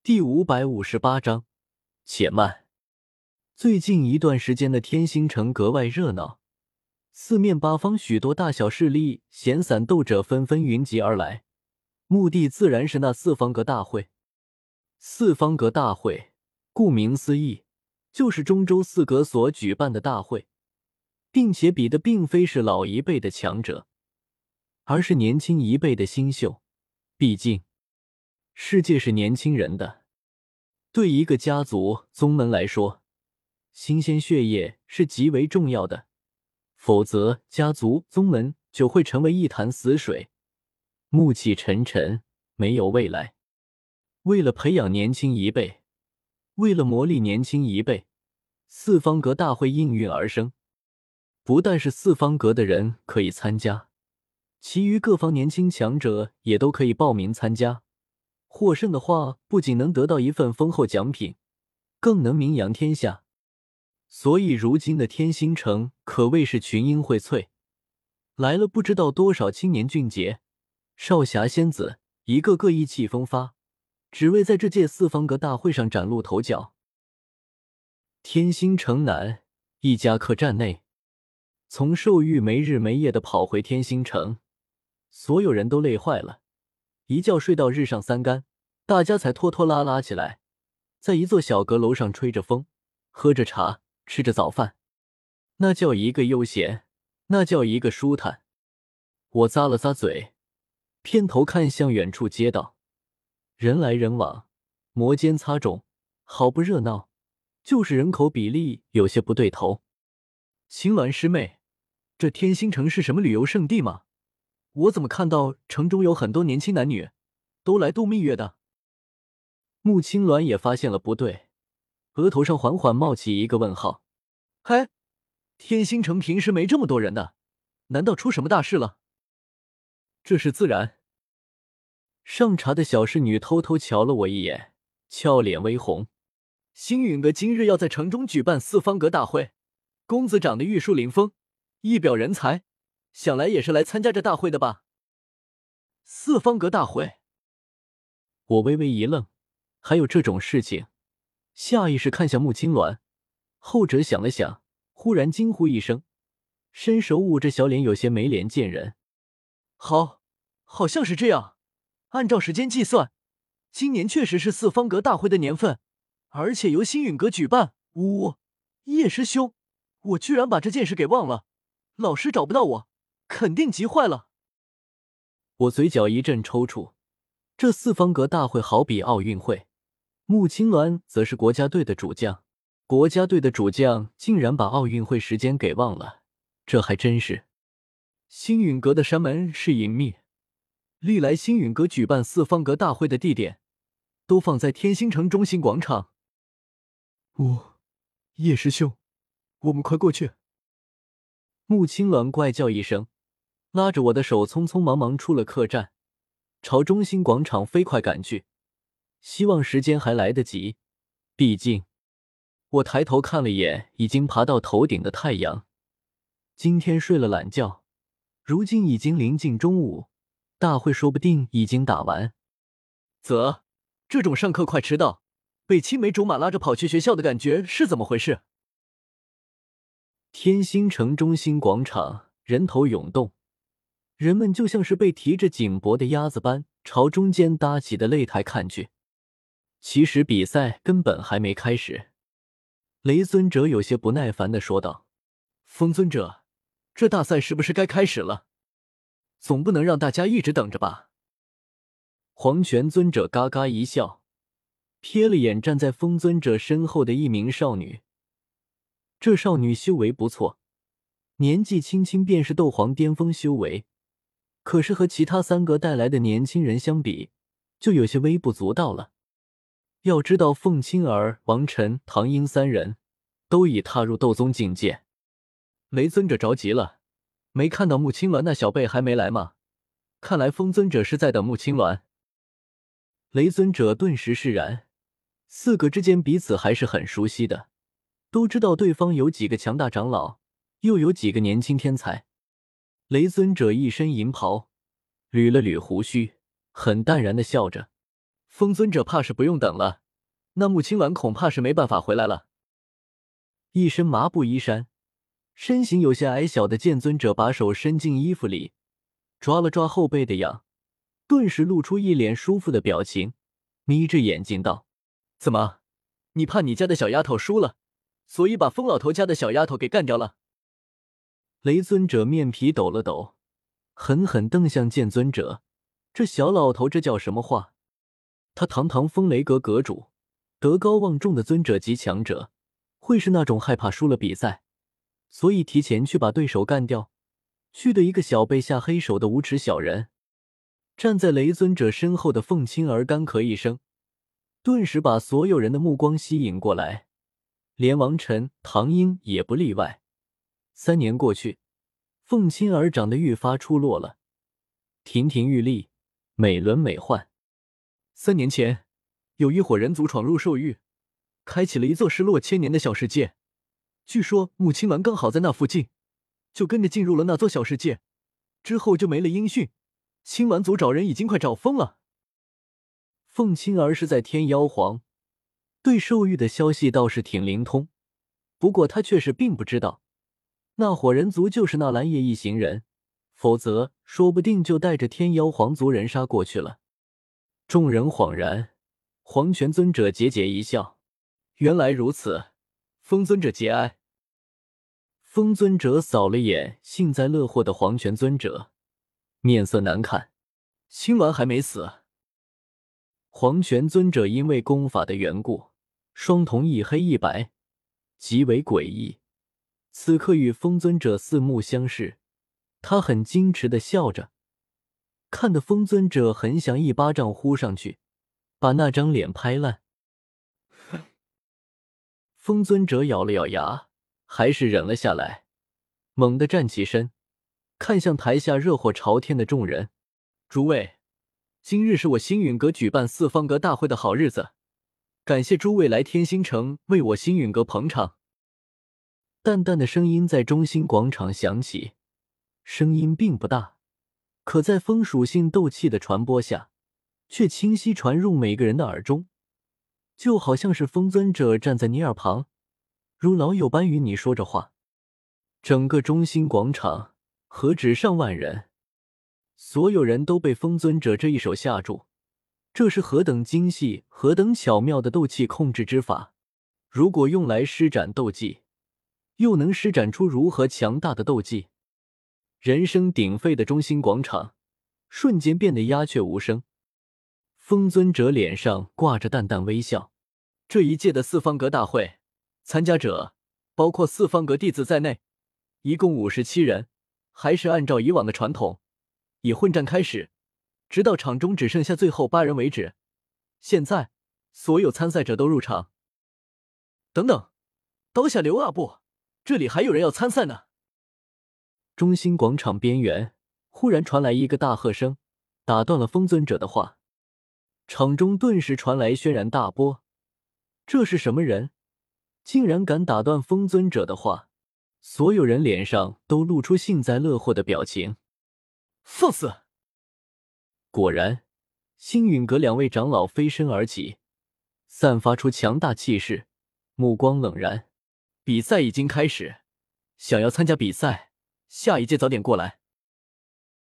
第558章，且慢。最近一段时间的天星城格外热闹，四面八方许多大小势力、闲散斗者纷纷云集而来，目的自然是那四方阁大会。四方阁大会，顾名思义，就是中州四阁所举办的大会，并且比的并非是老一辈的强者，而是年轻一辈的新秀。毕竟，世界是年轻人的。对一个家族宗门来说，新鲜血液是极为重要的，否则家族宗门就会成为一潭死水，暮气沉沉，没有未来。为了培养年轻一辈，为了磨砺年轻一辈，四方阁大会应运而生。不但是四方阁的人可以参加，其余各方年轻强者也都可以报名参加。获胜的话，不仅能得到一份丰厚奖品，更能名扬天下。所以如今的天星城可谓是群英荟萃，来了不知道多少青年俊杰、少侠仙子，一个个意气风发，只为在这届四方阁大会上崭露头角。天星城南一家客栈内，从寿玉没日没夜地跑回天星城，所有人都累坏了，一觉睡到日上三竿，大家才拖拖拉拉起来，在一座小阁楼上吹着风，喝着茶，吃着早饭。那叫一个悠闲，那叫一个舒坦。我咂了咂嘴，偏头看向远处街道，人来人往，摩肩擦踵，好不热闹，就是人口比例有些不对头。青鸾师妹，这天星城是什么旅游胜地吗？我怎么看到城中有很多年轻男女都来度蜜月的？穆青鸾也发现了不对，额头上缓缓冒起一个问号。嘿，天星城平时没这么多人的，难道出什么大事了？这是自然。上茶的小侍女偷偷瞧了我一眼，俏脸微红。星陨阁今日要在城中举办四方阁大会，公子长得玉树临风，一表人才，想来也是来参加这大会的吧？四方阁大会？我微微一愣，还有这种事情？下意识看向穆青鸾，后者想了想，忽然惊呼一声，伸手捂着小脸，有些没脸见人。好像是这样。按照时间计算，今年确实是四方阁大会的年份，而且由星陨阁举办。叶师兄，我居然把这件事给忘了，老师找不到我，肯定急坏了。我嘴角一阵抽搐，这四方阁大会好比奥运会，穆青鸾则是国家队的主将，国家队的主将竟然把奥运会时间给忘了，这还真是。星陨阁的山门是隐秘，历来星陨阁举办四方阁大会的地点都放在天星城中心广场。叶师兄，我们快过去。穆青鸾怪叫一声，拉着我的手匆匆忙忙出了客栈，朝中心广场飞快赶去，希望时间还来得及。毕竟我抬头看了眼已经爬到头顶的太阳，今天睡了懒觉，如今已经临近中午，大会说不定已经打完。这种上课快迟到，被青梅竹马拉着跑去学校的感觉是怎么回事？天星城中心广场人头涌动，人们就像是被提着颈脖的鸭子般朝中间搭起的擂台看去。其实比赛根本还没开始。雷尊者有些不耐烦地说道：风尊者，这大赛是不是该开始了？总不能让大家一直等着吧？黄泉尊者嘎嘎一笑，瞥了眼站在风尊者身后的一名少女。这少女修为不错，年纪轻轻便是斗皇巅峰修为，可是和其他三个带来的年轻人相比，就有些微不足道了。要知道凤青儿、王晨、唐英三人都已踏入斗宗境界。雷尊者着急了，没看到穆青鸾那小辈还没来吗？看来风尊者是在等穆青鸾。雷尊者顿时释然，四个之间彼此还是很熟悉的，都知道对方有几个强大长老，又有几个年轻天才。雷尊者一身银袍，捋了捋胡须，很淡然地笑着。 风尊者怕是不用等了，那穆青鸾恐怕是没办法回来了。一身麻布衣衫，身形有些矮小的剑尊者把手伸进衣服里，抓了抓后背的痒，顿时露出一脸舒服的表情，眯着眼睛道：“怎么，你怕你家的小丫头输了，所以把风老头家的小丫头给干掉了？”雷尊者面皮抖了抖，狠狠瞪向剑尊者，这小老头这叫什么话？他堂堂风雷阁阁主，德高望重的尊者级强者，会是那种害怕输了比赛，所以提前去把对手干掉，去的一个小被下黑手的无耻小人。站在雷尊者身后的凤青儿干咳一声，顿时把所有人的目光吸引过来，连王晨、唐英也不例外。3年过去，凤青儿长得愈发出落了，亭亭玉立，美轮美奂。3年前，有一伙人族闯入兽域，开启了一座失落千年的小世界。据说穆青鸾刚好在那附近，就跟着进入了那座小世界，之后就没了音讯。青鸾族找人已经快找疯了。凤青儿是在天妖皇，对兽域的消息倒是挺灵通，不过他却是并不知道那伙人族就是那蓝叶一行人，否则说不定就带着天妖皇族人杀过去了。众人恍然，黄泉尊者桀桀一笑：“原来如此，风尊者节哀。”风尊者扫了眼幸灾乐祸的黄泉尊者，面色难看：“青鸾还没死。”黄泉尊者因为功法的缘故，双瞳一黑一白，极为诡异。此刻与风尊者四目相视，他很矜持地笑着，看得风尊者很想一巴掌呼上去，把那张脸拍烂。风尊者咬了咬牙，还是忍了下来，猛地站起身，看向台下热火朝天的众人：“诸位，今日是我星陨阁举办四方阁大会的好日子，感谢诸位来天星城为我星陨阁捧场。”淡淡的声音在中心广场响起，声音并不大，可在风属性斗气的传播下，却清晰传入每个人的耳中，就好像是风尊者站在你耳旁，如老友般与你说着话。整个中心广场何止上万人，所有人都被风尊者这一手吓住。这是何等精细、何等巧妙的斗气控制之法，如果用来施展斗技，又能施展出如何强大的斗技？人声鼎沸的中心广场瞬间变得鸦雀无声。风尊者脸上挂着淡淡微笑。这一届的四方阁大会，参加者包括四方阁弟子在内，一共57人，还是按照以往的传统，以混战开始，直到场中只剩下最后8人为止。现在，所有参赛者都入场。等等，刀下留啊不，这里还有人要参赛呢。中心广场边缘忽然传来一个大喝声，打断了风尊者的话。场中顿时传来轩然大波。这是什么人？竟然敢打断风尊者的话？所有人脸上都露出幸灾乐祸的表情。放肆！果然，星陨阁2位长老飞身而起，散发出强大气势，目光冷然。比赛已经开始，想要参加比赛，下一届早点过来。